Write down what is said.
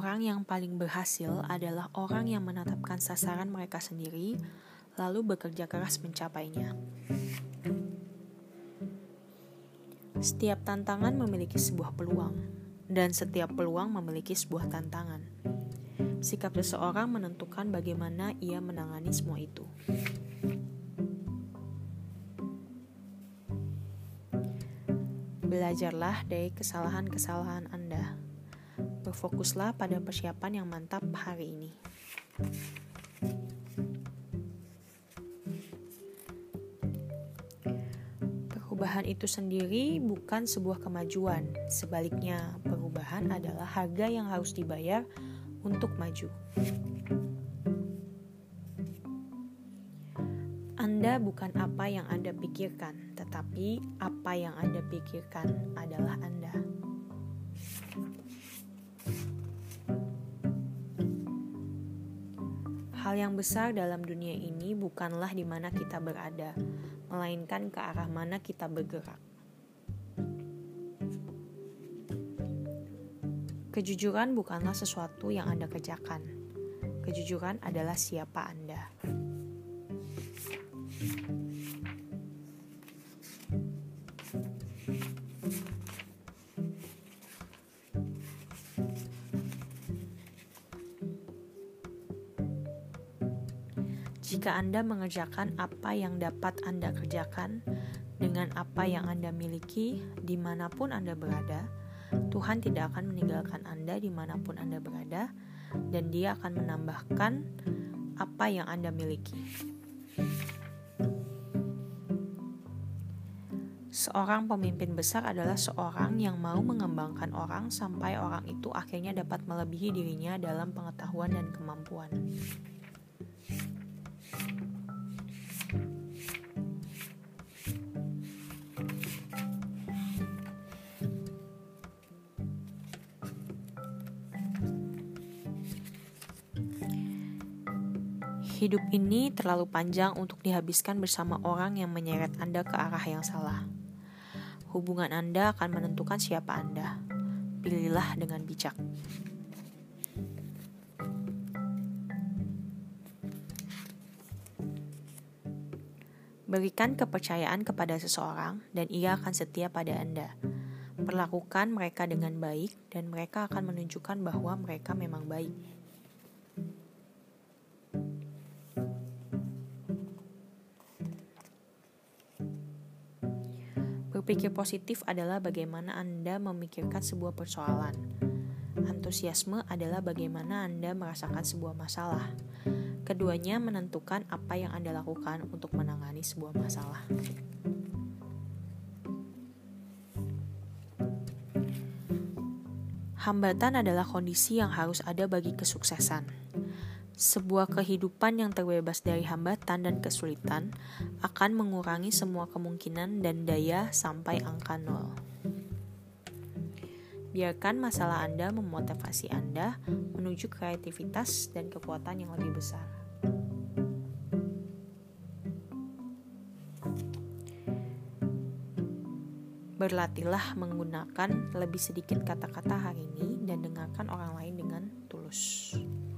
Orang yang paling berhasil adalah orang yang menetapkan sasaran mereka sendiri, lalu bekerja keras mencapainya. Setiap tantangan memiliki sebuah peluang, dan setiap peluang memiliki sebuah tantangan. Sikap seseorang menentukan bagaimana ia menangani semua itu. Belajarlah dari kesalahan-kesalahan Anda. Berfokuslah pada persiapan yang mantap hari ini. Perubahan itu sendiri bukan sebuah kemajuan. Sebaliknya, perubahan adalah harga yang harus dibayar untuk maju. Anda bukan apa yang Anda pikirkan, tetapi apa yang Anda pikirkan adalah Anda. Hal yang besar dalam dunia ini bukanlah di mana kita berada, melainkan ke arah mana kita bergerak. Kejujuran bukanlah sesuatu yang Anda kerjakan. Kejujuran adalah siapa Anda. Jika Anda mengerjakan apa yang dapat Anda kerjakan dengan apa yang Anda miliki dimanapun Anda berada, Tuhan tidak akan meninggalkan Anda dimanapun Anda berada, dan Dia akan menambahkan apa yang Anda miliki. Seorang pemimpin besar adalah seorang yang mau mengembangkan orang sampai orang itu akhirnya dapat melebihi dirinya dalam pengetahuan dan kemampuan. Hidup ini terlalu panjang untuk dihabiskan bersama orang yang menyeret Anda ke arah yang salah. Hubungan Anda akan menentukan siapa Anda. Pilihlah dengan bijak. Berikan kepercayaan kepada seseorang dan ia akan setia pada Anda. Perlakukan mereka dengan baik dan mereka akan menunjukkan bahwa mereka memang baik. Berpikir positif adalah bagaimana Anda memikirkan sebuah persoalan. Antusiasme adalah bagaimana Anda merasakan sebuah masalah. Keduanya menentukan apa yang Anda lakukan untuk menangani sebuah masalah. Hambatan adalah kondisi yang harus ada bagi kesuksesan. Sebuah kehidupan yang terbebas dari hambatan dan kesulitan akan mengurangi semua kemungkinan dan daya sampai angka 0. Biarkan masalah Anda memotivasi Anda menuju kreativitas dan kekuatan yang lebih besar. Berlatihlah menggunakan lebih sedikit kata-kata hari ini dan dengarkan orang lain dengan tulus.